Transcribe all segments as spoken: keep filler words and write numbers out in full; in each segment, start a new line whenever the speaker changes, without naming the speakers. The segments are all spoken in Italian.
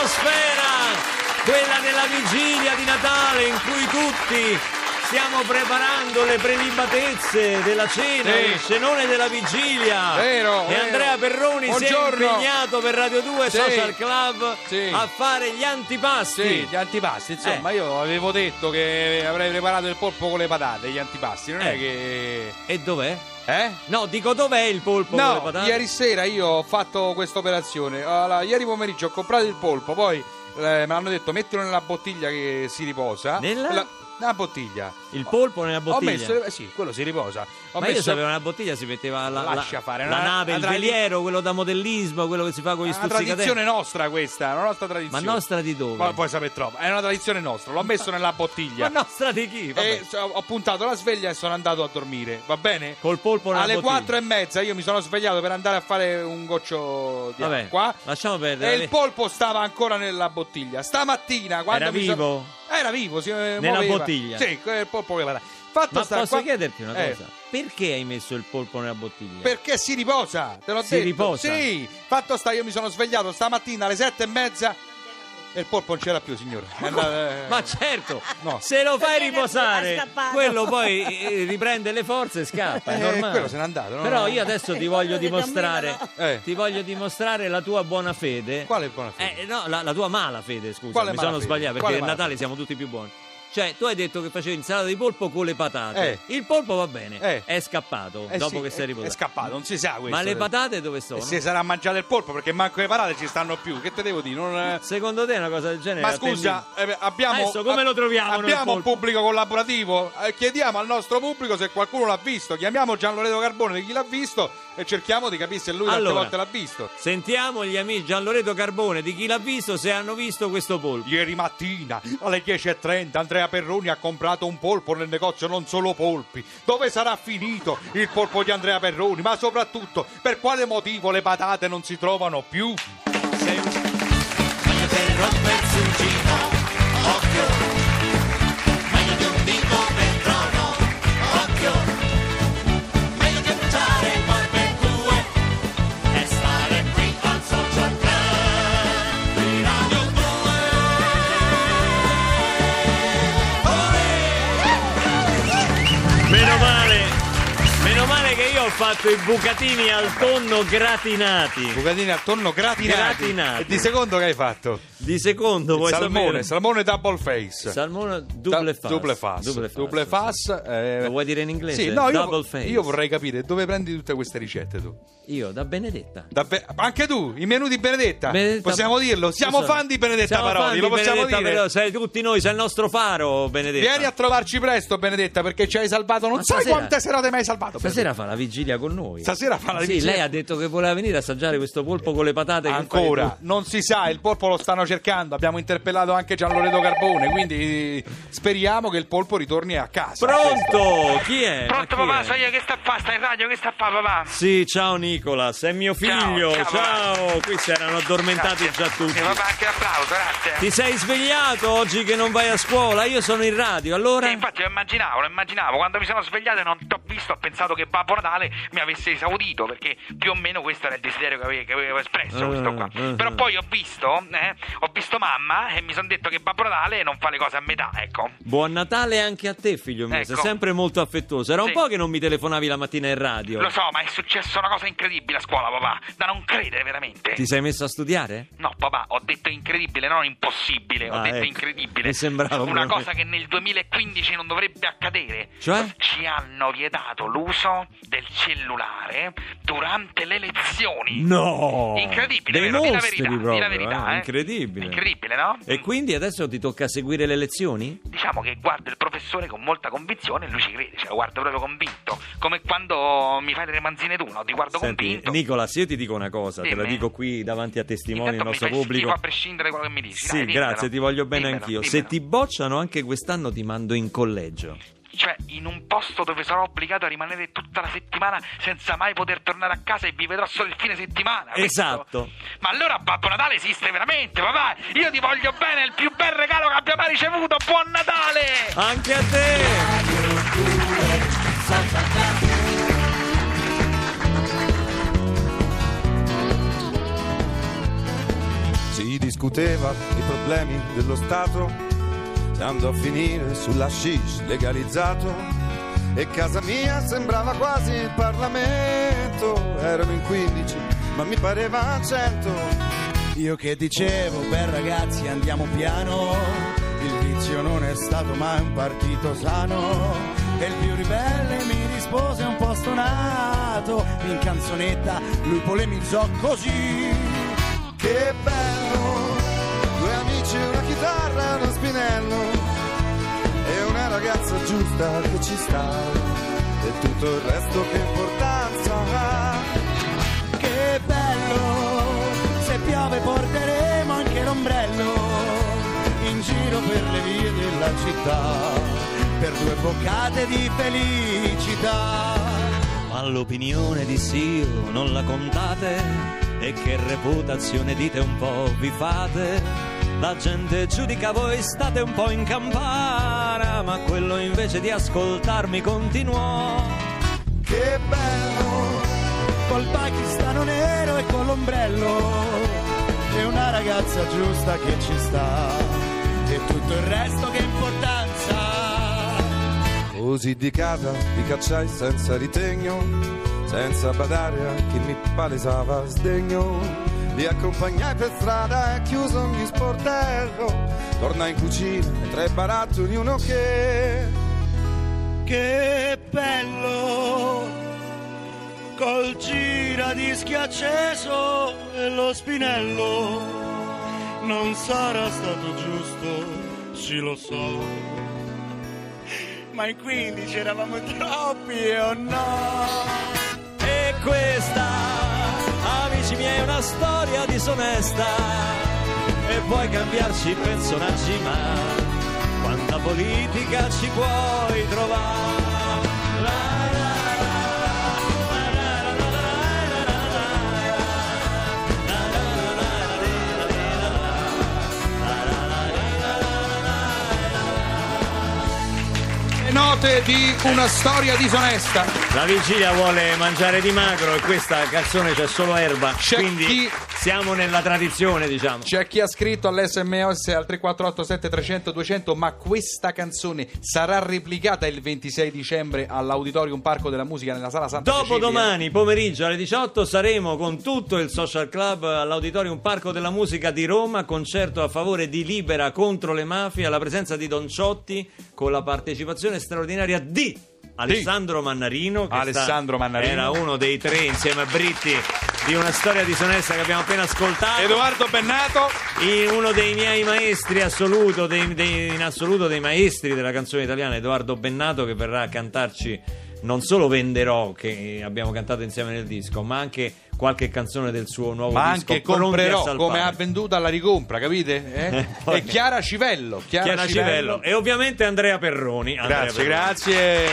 l'atmosfera, quella della vigilia di Natale in cui tutti stiamo preparando le prelibatezze della cena,
sì.
il cenone della vigilia.
Vero,
e
vero.
Andrea Perroni
Buongiorno.
si è impegnato per Radio due
Sì.
Social Club
Sì.
a fare gli antipasti.
Sì, gli antipasti, insomma,
Eh.
io avevo detto che avrei preparato il polpo con le patate, gli antipasti, non
Eh.
è che...
E dov'è?
Eh?
No, dico dov'è il polpo con le
No,
patate?
ieri sera io ho fatto questa operazione. Allora, ieri pomeriggio ho comprato il polpo, poi eh, me l'hanno detto mettilo nella bottiglia che si riposa.
Nella?
La, nella bottiglia.
Il polpo nella bottiglia?
Ho messo, eh, sì, quello si riposa. Ho
Ma
messo,
io sapevo una bottiglia si metteva la, la,
Lascia fare,
la
una-
nave, il
una tradi-
veliero, quello da modellismo, quello che si fa con gli
È una
stuzzicatempi.
tradizione nostra questa, una nostra tradizione.
Ma nostra di dove?
Ma puoi sapere troppo. È una tradizione nostra, l'ho messo nella bottiglia.
Ma nostra di chi? Vabbè.
E so- ho puntato la sveglia e sono andato a dormire, va bene?
Col polpo nella
Alle
bottiglia.
quattro e mezza io mi sono svegliato per andare a fare un goccio di
Vabbè,
acqua.
lasciamo perdere.
E il polpo stava ancora nella bottiglia. Stamattina, quando
Era
mi so-
vivo?
Era vivo, si eh,
Nella
muoveva.
bottiglia?
Sì, il polpo che va là. Fatto
Ma
sta
posso
qua-
chiederti una
Eh,
cosa? Perché hai messo il polpo nella bottiglia?
Perché si riposa, te l'ho
Si
detto.
riposa?
Sì, fatto sta, io mi sono svegliato stamattina alle sette e mezza e il polpo non c'era più, signore. È andato, eh,
Ma certo,
No.
se lo fai
Perché è
riposare,
scappato.
quello poi eh, riprende le forze e scappa, è
Eh,
normale.
quello se n'è andato, no?
Però io adesso ti voglio
Quello che
dimostrare,
dormivano.
Eh.
ti voglio dimostrare la tua buona fede.
Quale buona fede?
Eh, no, la, la tua mala fede, scusa,
Quale
mi
mala
sono
fede?
sbagliato perché
Quale
a
mala
Natale
fede?
siamo tutti più buoni. Cioè, tu hai detto che facevi insalata di polpo con le patate.
Eh.
Il polpo va bene,
Eh.
è scappato
Eh
dopo
sì,
che sei
è-
riposato.
È scappato, non si sa questo.
Ma le patate dove sono?
E si sarà mangiato il polpo perché manco le patate ci stanno più. Che te devo dire? Non, eh,
Secondo te una cosa del genere?
Ma
è
scusa,
attendibile?
eh, abbiamo,
Adesso come lo troviamo noi il
abbiamo un
polpo?
pubblico collaborativo. Eh, chiediamo al nostro pubblico se qualcuno l'ha visto. Chiamiamo Gian Loreto Carbone di chi l'ha visto e cerchiamo di capire se lui tante
Allora.
volte l'ha visto.
Sentiamo gli amici Gian Loreto Carbone di chi l'ha visto, se hanno visto questo polpo.
Ieri mattina alle dieci e trenta Andrea Perroni ha comprato un polpo nel negozio Non Solo Polpi. Dove sarà finito il polpo di Andrea Perroni? Ma soprattutto, per quale motivo le patate non si trovano più?
Sei un... Voglio per rompersi un giro, occhio. Meglio di un dito per trono, occhio. Meglio che mangiare il barbecue e stare qui al Social Club di Radio due. Meno male, meno male che io ho fatto i bucatini al tonno gratinati.
Bucatini al tonno gratinati.
Gratinati.
E di secondo che hai fatto?
Di secondo vuoi
salmone,
sapere?
salmone double face.
Salmone double
Da-
fast.
Double fast.
Double fast,
Double
sì.
fast, eh,
Lo vuoi dire in inglese?
Sì, no, io,
Double face.
io vorrei capire dove prendi tutte queste ricette tu.
Io da Benedetta.
Da Be- anche tu, i menù di Benedetta.
Benedetta-
Possiamo dirlo? Siamo
Lo so.
fan di Benedetta
Siamo
Parodi,
fan
lo
di
possiamo
Benedetta
dire.
Parodi, sei tutti noi, sei il nostro faro, Benedetta.
Vieni a trovarci presto, Benedetta, perché ci hai salvato. Non
Ma
sai
stasera-
quante serate mi hai salvato.
Stasera fa la vigilia con noi.
Stasera fa la
Sì,
vigilia.
lei ha detto che voleva venire a assaggiare questo polpo con le patate. che
Ancora,
fai tu.
non si sa, il polpo lo stanno cercando. Abbiamo interpellato anche Gian Loreto Carbone, quindi speriamo che il polpo ritorni a casa.
Pronto? Chi è?
Pronto
Ma chi
papà,
è?
sai io che sta a fa? Sta in radio, che sta a fa papà?
Sì, ciao Nicolas, è mio figlio.
Ciao, ciao,
Ciao. Qui si erano addormentati
Grazie.
già tutti.
E papà anche l'applauso, grazie.
Ti sei svegliato oggi che non vai a scuola? Io sono in radio, allora?
Eh, infatti lo immaginavo, lo immaginavo. Quando mi sono svegliato e non ti ho visto, ho pensato che Babbo Natale mi avesse esaudito, perché più o meno questo era il desiderio che avevo, che avevo espresso, questo qua.
Uh, uh,
Però
uh.
poi ho visto, eh, ho visto mamma e mi sono detto che Babbo Natale non fa le cose a metà, ecco.
Buon Natale anche a te, figlio mio. Sei
Ecco.
sempre molto affettuoso. Era un
Sì.
po' che non mi telefonavi la mattina in radio.
Lo so, ma è successa una cosa incredibile a scuola, papà, da non credere veramente.
Ti sei messo a studiare?
No, papà, ho detto incredibile, non impossibile, ho
Ah,
detto
ecco.
incredibile.
Mi sembrava
Una
proprio-
cosa che nel duemilaquindici non dovrebbe accadere.
Cioè?
Ci hanno vietato l'uso del cellulare durante le lezioni.
No!
Incredibile,
Dei
vero? Di la
mostri
verità,
proprio,
di la verità,
eh?
eh.
Incredibile.
Incredibile, no?
E quindi adesso ti tocca seguire le lezioni?
Diciamo che guardo il professore con molta convinzione e lui ci crede, cioè lo guardo proprio convinto. Come quando mi fai le ramanzine tu, no? Ti guardo
Senti,
convinto.
Nicolas, io ti dico una cosa, te la
Dimmi.
dico qui davanti a testimoni, il
Intanto
nostro
mi fai
pubblico.
schifo a prescindere da quello che mi dici.
Sì,
Dai, dimmelo.
grazie, ti voglio bene
Dimmelo,
anch'io. Se
dimmelo.
ti bocciano anche quest'anno ti mando in collegio.
Cioè, in un posto dove sarò obbligato a rimanere tutta la settimana senza mai poter tornare a casa e vi vedrò solo il fine settimana. questo?
Esatto.
Ma allora Babbo Natale esiste veramente, papà. Io ti voglio bene, è il più bel regalo che abbia mai ricevuto. Buon Natale!
Anche a te!
Si discute
discuteva i problemi dello Stato, se andò a finire sull'hashish legalizzato, e casa mia sembrava quasi il Parlamento. Erano in quindici ma mi pareva cento.
Io che dicevo, beh ragazzi andiamo piano, il vizio non è stato mai un partito sano, e il più ribelle mi rispose un po' stonato, in canzonetta lui polemizzò così:
che bello, due amici, una chitarra, uno spinello e una ragazza giusta che ci sta, e tutto il resto che importanza ha.
Che bello, se piove porteremo anche l'ombrello in giro per le vie della città, per due boccate di felicità.
Ma l'opinione di Sio non la contate, e che reputazione dite un po' vi fate? La gente giudica, voi state un po' in campana, ma quello invece di ascoltarmi continuò:
che bello,
col pakistano nero e con l'ombrello, e una ragazza giusta che ci sta, e tutto il resto che importanza.
Così di casa li cacciai senza ritegno, senza badare a chi mi palesava sdegno. Li accompagnai per strada e chiuso ogni sportello, tornai in cucina e tre barattoli uno che...
Che bello, col giradischi acceso e lo spinello, non sarà stato giusto, sì lo so, ma in quindici eravamo troppi, o no?
E questa, amici miei, è una storia disonesta, e puoi cambiarci i personaggi, ma quanta politica ci puoi trovare?
Note di una storia disonesta.
La vigilia vuole mangiare di magro e questa canzone c'è solo erba,
C'è
quindi
chi-
siamo nella tradizione, diciamo.
C'è chi ha scritto all'esse emme esse al tre quattro otto sette trecento duecento: ma questa canzone sarà replicata il ventisei dicembre all'Auditorium Parco della Musica nella Sala Santa Cecilia?
Dopodomani pomeriggio alle diciotto saremo con tutto il Social Club all'Auditorium Parco della Musica di Roma, concerto a favore di Libera contro le mafie, alla presenza di Don Ciotti, con la partecipazione straordinaria di Alessandro Mannarino, che
Alessandro
sta-
Mannarino.
era uno dei tre insieme a Britti di una storia disonesta che abbiamo appena ascoltato.
Edoardo Bennato.
In uno dei miei maestri assoluto, dei, dei- in assoluto dei maestri della canzone italiana, Edoardo Bennato, che verrà a cantarci non solo Venderò, che abbiamo cantato insieme nel disco, ma anche qualche canzone del suo nuovo
Ma
disco,
anche
Pronti a
comprerò
salpare.
come ha venduto alla ricompra, capite? Eh?
Poi-
E Chiara Civello. Chiara,
Chiara Civello e ovviamente Andrea Perroni. Andrea
Grazie,
Perroni.
grazie.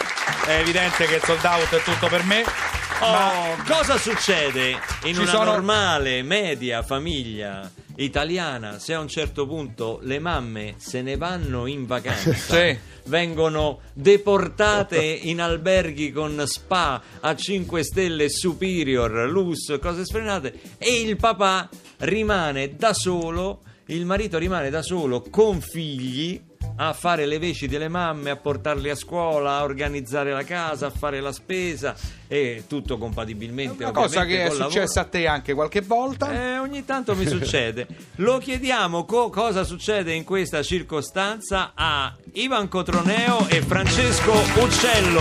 È evidente che il sold out è tutto per me.
Oh,
Ma
cosa succede in
Ci
una
sono-
normale, media famiglia italiana se a un certo punto le mamme se ne vanno in vacanza?
Sì.
Vengono deportate in alberghi con spa a cinque stelle, superior, lusso, cose sfrenate, e il papà rimane da solo, il marito rimane da solo con figli a fare le veci delle mamme, a portarli a scuola, a organizzare la casa, a fare la spesa, e tutto compatibilmente
una cosa
ovviamente
che è
col lavoro.
successa a te anche qualche volta.
Eh, ogni tanto mi succede. Lo chiediamo co- cosa succede in questa circostanza a Ivan Cotroneo e Francesco Uccello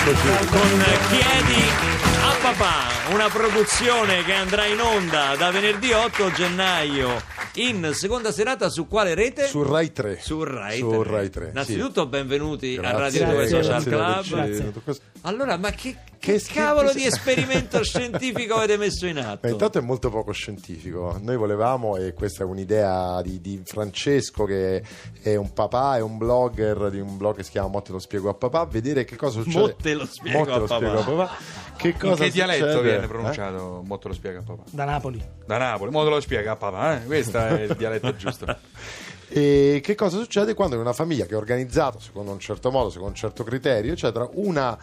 con Chiedi a papà, una produzione che andrà in onda da venerdì otto gennaio in seconda serata su quale rete?
Su Rai tre.
Su Rai
Su
tre.
Rai tre,
Innanzitutto benvenuti
Grazie,
a Radio due
grazie,
Social
grazie
Club.
di averci tenuto.
Allora, ma che,
Che
che
schifo-
cavolo di esperimento scientifico avete messo in atto?
Beh, intanto è molto poco scientifico. Noi volevamo, e questa è un'idea di, di Francesco, che è un papà, è un blogger di un blog che si chiama Motte lo spiego a papà, vedere che cosa succede.
Motte lo spiego
Motte
a
lo
papà.
spiego a papà. Che
In
cosa
che dialetto
succede?
viene
Eh?
pronunciato? Mo te lo spiega papà.
Da Napoli.
Da Napoli, mo te lo spiega papà, eh? Questo è il dialetto giusto.
E che cosa succede quando in una famiglia che è organizzata secondo un certo modo, secondo un certo criterio, eccetera, una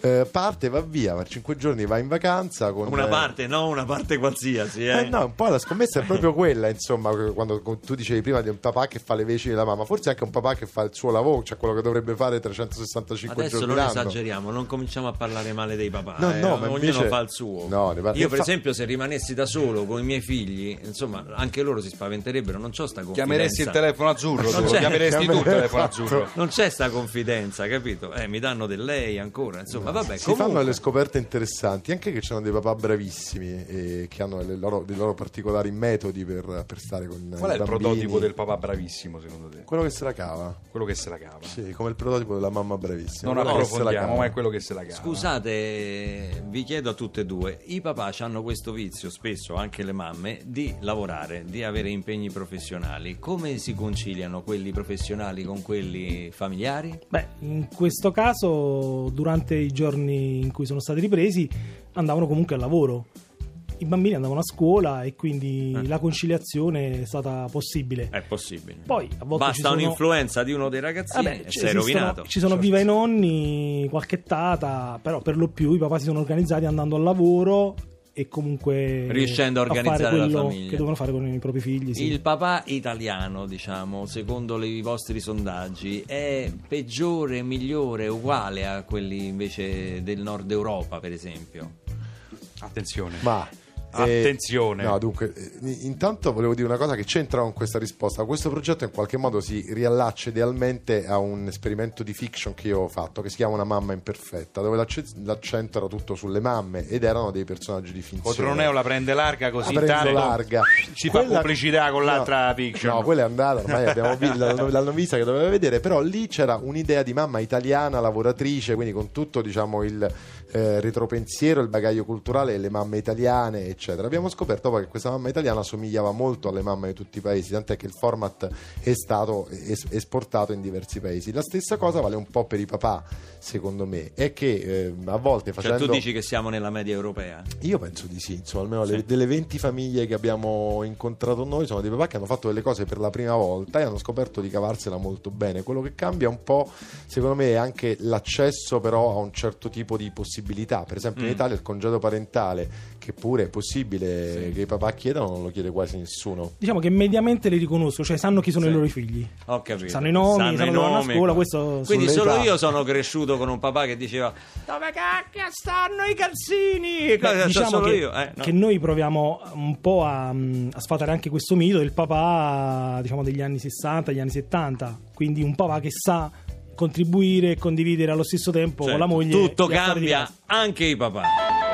eh, parte, va via, per cinque giorni va in vacanza con
Una
eh,
parte, no una parte qualsiasi. Eh.
Eh no, un po' la scommessa è proprio quella, insomma, quando tu dicevi prima di un papà che fa le veci della mamma, forse anche un papà che fa il suo lavoro, cioè quello che dovrebbe fare trecentosessantacinque
Adesso
giorni
non
l'anno.
esageriamo, non cominciamo a parlare male dei papà.
No,
eh.
no, ma
Ognuno
invece-
fa il suo.
No, ne parli-
Io, per
fa-
esempio, se rimanessi da solo con i miei figli, insomma, anche loro si spaventerebbero. Non c'ho sta confidenza.
Chiameresti il telefono azzurro,
Non
tu, lo
c'è-
chiameresti tu il telefono azzurro.
Non c'è sta confidenza, capito? Eh, mi danno del lei ancora, insomma, vabbè.
Si
comunque-
fanno delle scoperte interessanti, anche che c'erano dei papà bravissimi e che hanno le loro- dei loro particolari metodi per, per stare con
Qual è
i
il
bambini.
prototipo del papà bravissimo secondo te?
Quello che se la cava.
Quello che se la cava.
Sì, come il prototipo della mamma bravissima.
Non
Quello che se la
approfondiamo,
cava.
ma è quello che se la cava.
Scusate, vi chiedo a tutte e due, i papà hanno questo vizio, spesso anche le mamme, di lavorare, di avere impegni professionali. Come si conciliano quelli professionali con quelli familiari?
Beh, in questo caso, durante i giorni in cui sono stati ripresi, andavano comunque al lavoro. I bambini andavano a scuola e quindi
Eh.
la conciliazione è stata possibile.
È possibile.
Poi a volte ci
Basta
sono...
un'influenza di uno dei ragazzini
Vabbè,
e
ci
sei
esistono-
rovinato.
Ci sono viva i nonni, qualche tata, però per lo più i papà si sono organizzati andando al lavoro e comunque
Riuscendo a
fare
organizzare la
quello
famiglia.
che devono fare con i propri figli. Sì.
Il papà italiano, diciamo, secondo le- i vostri sondaggi, è peggiore, migliore, uguale a quelli invece del nord Europa, per esempio?
Attenzione.
Ma
Attenzione.
Eh, no, dunque, eh, intanto volevo dire una cosa che c'entra con questa risposta. Questo progetto in qualche modo si riallaccia idealmente a un esperimento di fiction che io ho fatto, che si chiama Una mamma imperfetta, dove l'acce- l'accento era tutto sulle mamme ed erano dei personaggi di finzione.
Cotroneo la prende larga così
La prendo
tale,
larga.
ci fa
Quella-
pubblicità con
no,
l'altra fiction.
No, quella è andata, ormai abbiamo visto, l'hanno, l'hanno vista che doveva vedere, però lì c'era un'idea di mamma italiana, lavoratrice, quindi con tutto, diciamo, il eh, retropensiero, il bagaglio culturale e le mamme italiane, eccetera. Abbiamo scoperto poi che questa mamma italiana somigliava molto alle mamme di tutti i paesi, tant'è che il format è stato es- esportato in diversi paesi. La stessa cosa vale un po' per i papà, secondo me, è che eh, a volte
Cioè
facendo...
tu dici che siamo nella media europea?
Io penso di sì, insomma, almeno le-
Sì.
delle venti famiglie che abbiamo incontrato noi sono dei papà che hanno fatto delle cose per la prima volta e hanno scoperto di cavarsela molto bene. Quello che cambia un po', secondo me, è anche l'accesso però a un certo tipo di possibilità. Per esempio in
Mm.
Italia il congedo parentale, che pure è possibile che i papà chiedano, non lo chiede quasi nessuno.
Diciamo che mediamente li riconosco, cioè sanno chi sono
Sì.
i loro figli.
Ho capito.
Sanno i nomi, sanno
i
dove vanno a
nomi,
scuola,
qua.
questo
Quindi
sull'età.
solo io sono cresciuto con un papà che diceva dove cacchio stanno i calzini? E
Beh,
cosa-
diciamo
solo
che,
io, eh, no.
che noi proviamo un po' a, a sfatare anche questo mito del papà, diciamo, degli anni sessanta, degli anni settanta, quindi un papà che sa contribuire e condividere allo stesso tempo
Certo,
con la moglie
tutto
gli affari di
cambia,
casa.
anche i papà.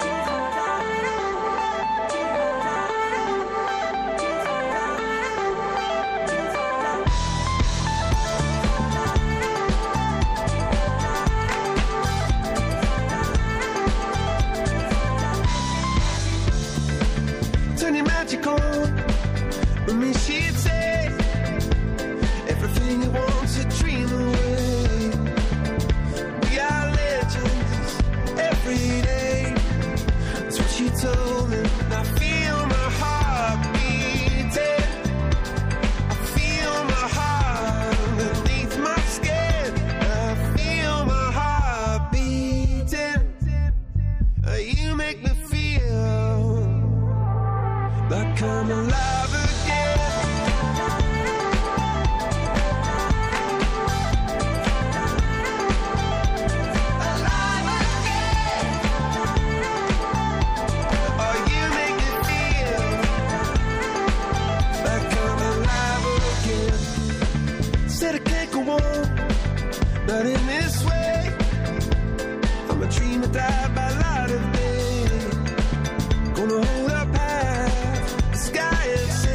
Turn your magic on. With me, she'd say everything you want to dream away. We are legends every day. That's what she told me. I feel my heart beating. I feel my heart underneath my skin. I feel my heart beating. Uh, You make me feel like I'm alive again. Alive again. Oh, you make me feel like I'm alive again. Said I can't go on, not in this way. I'm a dream that died by light of day. Gonna hold up high, the sky and say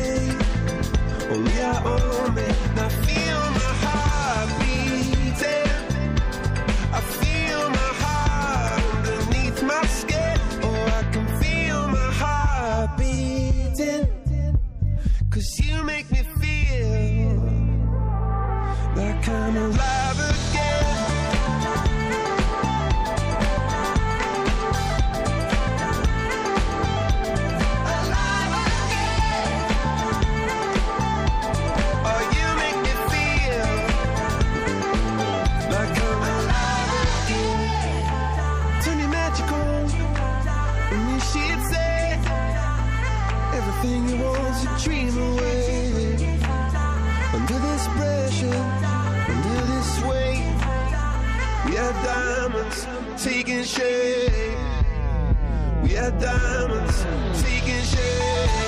everything you want to dream away. Under this pressure, under this weight, we are diamonds taking shape. We are diamonds taking shape.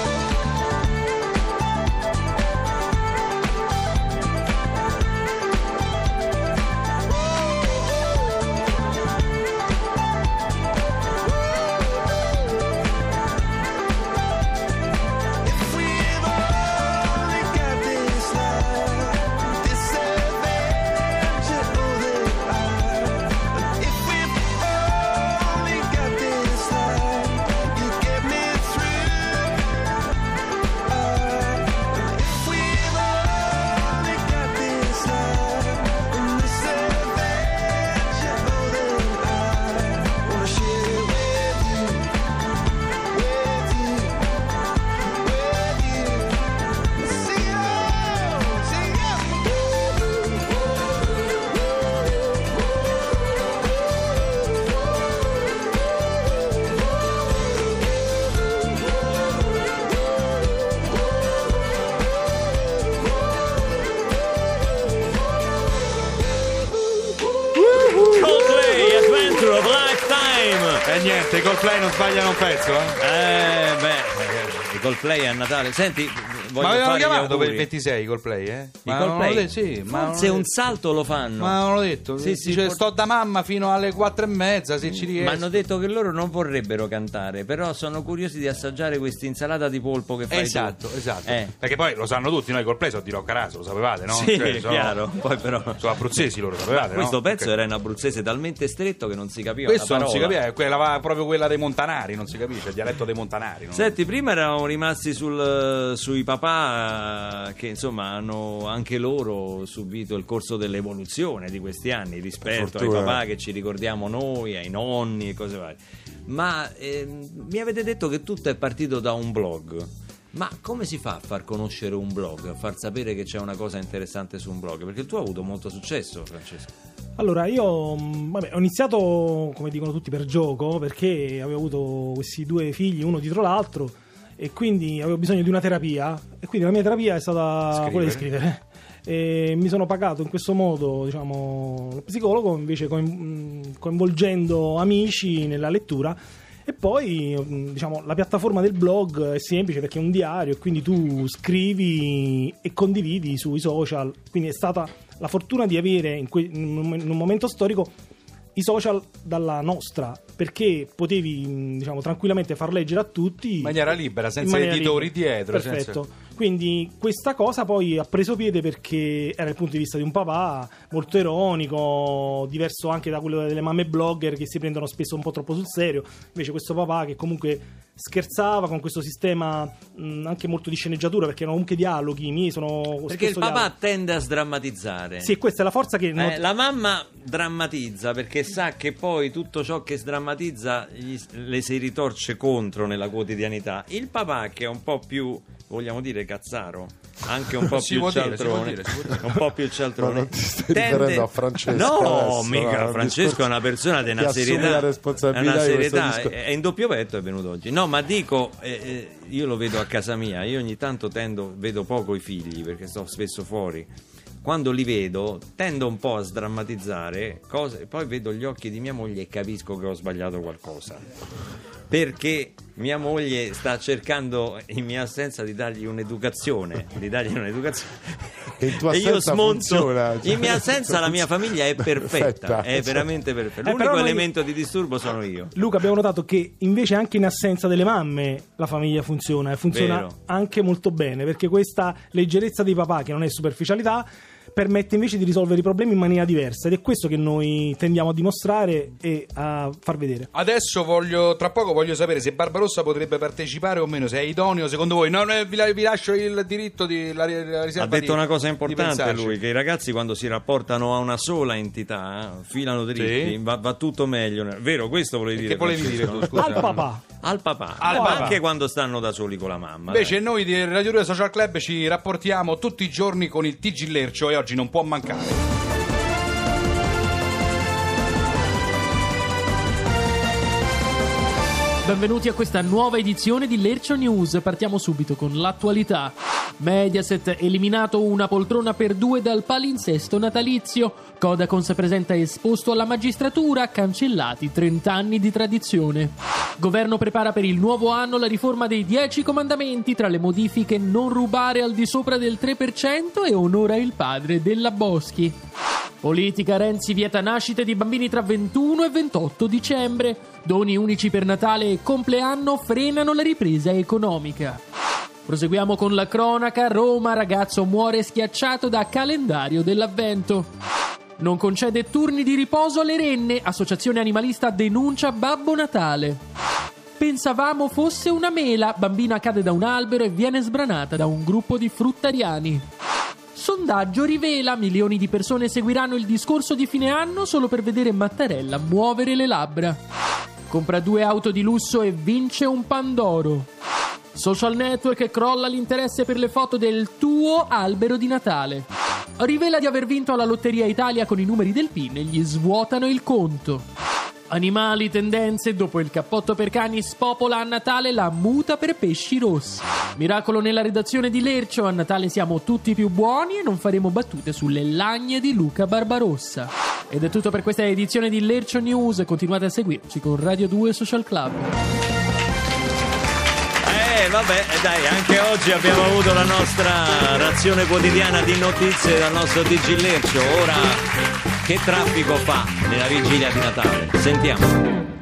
E niente, i Coldplay non sbagliano un pezzo, eh?
Eh, beh, i Coldplay a Natale. Senti, voglio
Ma avevano
fare gli
chiamato per
auguri.
il ventisei i Coldplay, eh?
I
Ma non
Coldplay?
l'ho detto, sì, ma non
Forse
l'ho
un
detto.
salto lo fanno.
Ma non l'ho detto.
Sì, sì,
Dice,
for-
sto da mamma fino alle quattro e mezza, se ci riesco.
Ma hanno detto che loro non vorrebbero cantare, però sono curiosi di assaggiare questa insalata di polpo che fai
Esatto,
tu.
esatto.
Eh.
Perché poi lo sanno tutti, noi Coldplay sono di Roccaraso, lo sapevate, no?
Sì,
Cioè, sono-
chiaro. Poi però
Sono abruzzesi loro, sapevate,
questo
no?
pezzo
Ok.
era in abruzzese talmente stretto che non si capiva
Questo
una
non si
parola.
capiva, è quella, proprio quella dei montanari, non si capisce, il dialetto dei montanari. No?
Senti, prima eravamo rimasti sul, sui papà eh, che insomma hanno anche loro subito il corso dell'evoluzione di questi anni rispetto ai
fortuna.
papà che ci ricordiamo noi, ai nonni e cose varie. Ma ehm, mi avete detto che tutto è partito da un blog. Ma come si fa a far conoscere un blog, a far sapere che c'è una cosa interessante su un blog? Perché tu hai avuto molto successo, Francesco.
Allora, io mh, vabbè, ho iniziato, come dicono tutti, per gioco, perché avevo avuto questi due figli, uno dietro l'altro, e quindi avevo bisogno di una terapia, e quindi la mia terapia è stata
Scrivere.
quella di scrivere. E mi sono pagato in questo modo, diciamo, lo psicologo, invece coin- mh, coinvolgendo amici nella lettura. E poi, mh, diciamo, la piattaforma del blog è semplice perché è un diario e quindi tu scrivi e condividi sui social. Quindi è stata la fortuna di avere in, que- in un in un momento storico i social dalla nostra, perché potevi, mh, diciamo, tranquillamente far leggere a tutti
In maniera libera,
in
senza
maniera
editori
libera.
dietro.
Perfetto.
senza-
Quindi questa cosa poi ha preso piede perché era il punto di vista di un papà molto ironico, diverso anche da quello delle mamme blogger che si prendono spesso un po' troppo sul serio. Invece questo papà che comunque scherzava con questo sistema mh, anche molto di sceneggiatura, perché erano anche dialoghi, i miei sono
Perché il
spesso
papà
dialoghi.
tende a sdrammatizzare.
Sì, questa è la forza che
Eh, la mamma drammatizza perché sa che poi tutto ciò che sdrammatizza gli- le si ritorce contro nella quotidianità. Il papà, che è un po' più, vogliamo dire, cazzaro, anche un po'
Si
più
può dire, si può
cialtrone,
dire, si può dire.
un po' più cialtrone.
Ma non ti stai riferendo a Francesco
No,
adesso,
mica
no, è un
Francesco
discorso
è una persona di
che
una
assume
serietà.
la responsabilità
è una
di questo
serietà,
discorso.
è, è in doppio petto, è venuto oggi. No, ma dico, eh, eh, io lo vedo a casa mia, io ogni tanto tendo, vedo poco i figli perché sto spesso fuori. Quando li vedo tendo un po' a sdrammatizzare cose, poi vedo gli occhi di mia moglie e capisco che ho sbagliato qualcosa, perché mia moglie sta cercando in mia assenza di dargli un'educazione, di dargli un'educazione.
E in tua
E io
assenza
smonto.
funziona, cioè,
In mia assenza la mia famiglia è perfetta,
Perfetta.
è veramente perfetta.
Eh,
L'unico
però noi-
elemento di disturbo sono io.
Luca, abbiamo notato che invece anche in assenza delle mamme la famiglia funziona e funziona
Vero.
anche molto bene, perché questa leggerezza dei papà, che non è superficialità, permette invece di risolvere i problemi in maniera diversa, ed è questo che noi tendiamo a dimostrare e a far vedere.
Adesso voglio, tra poco voglio sapere se Barbarossa potrebbe partecipare o meno, se è idoneo secondo voi. No, no, vi, la- vi lascio il diritto di la, la riserva.
Ha detto
di-
una cosa
di
importante
pensarci.
lui, che i ragazzi quando si rapportano a una sola entità, eh, filano dritti,
Sì.
va, va tutto meglio. Vero, questo volevi dire?
Che volevi
Francesco?
dire tu, scusa?
Al papà.
Al papà,
Al
O
papà.
anche quando stanno da soli con la mamma.
Invece
dai.
noi di Radio due Social Club ci rapportiamo tutti i giorni con il T G Lercio e oggi non può mancare.
Benvenuti a questa nuova edizione di Lercio News. Partiamo subito con l'attualità. Mediaset eliminato una poltrona per due dal palinsesto natalizio. Codacons presenta esposto alla magistratura, cancellati trenta anni di tradizione. Governo prepara per il nuovo anno la riforma dei dieci comandamenti, tra le modifiche non rubare al di sopra del tre per cento e onora il padre della Boschi. Politica, Renzi vieta nascite di bambini tra ventuno e ventotto dicembre. Doni unici per Natale e compleanno frenano la ripresa economica. Proseguiamo con la cronaca. Roma, ragazzo muore schiacciato da calendario dell'avvento. Non concede turni di riposo alle renne. Associazione animalista denuncia Babbo Natale. Pensavamo fosse una mela. Bambina cade da un albero e viene sbranata da un gruppo di fruttariani. Sondaggio rivela: milioni di persone seguiranno il discorso di fine anno solo per vedere Mattarella muovere le labbra. Compra due auto di lusso e vince un Pandoro. Social network crolla l'interesse per le foto del tuo albero di Natale. Rivela di aver vinto alla Lotteria Italia con i numeri del P I N e gli svuotano il conto. Animali, tendenze, dopo il cappotto per cani spopola a Natale la muta per pesci rossi. Miracolo nella redazione di Lercio: a Natale siamo tutti più buoni e non faremo battute sulle lagne di Luca Barbarossa. Ed è tutto per questa edizione di Lercio News. Continuate a seguirci con Radio due Social Club.
Eh vabbè, dai, anche oggi abbiamo avuto la nostra razione quotidiana di notizie dal nostro D J Lercio. Ora, che traffico fa nella vigilia di Natale? Sentiamo.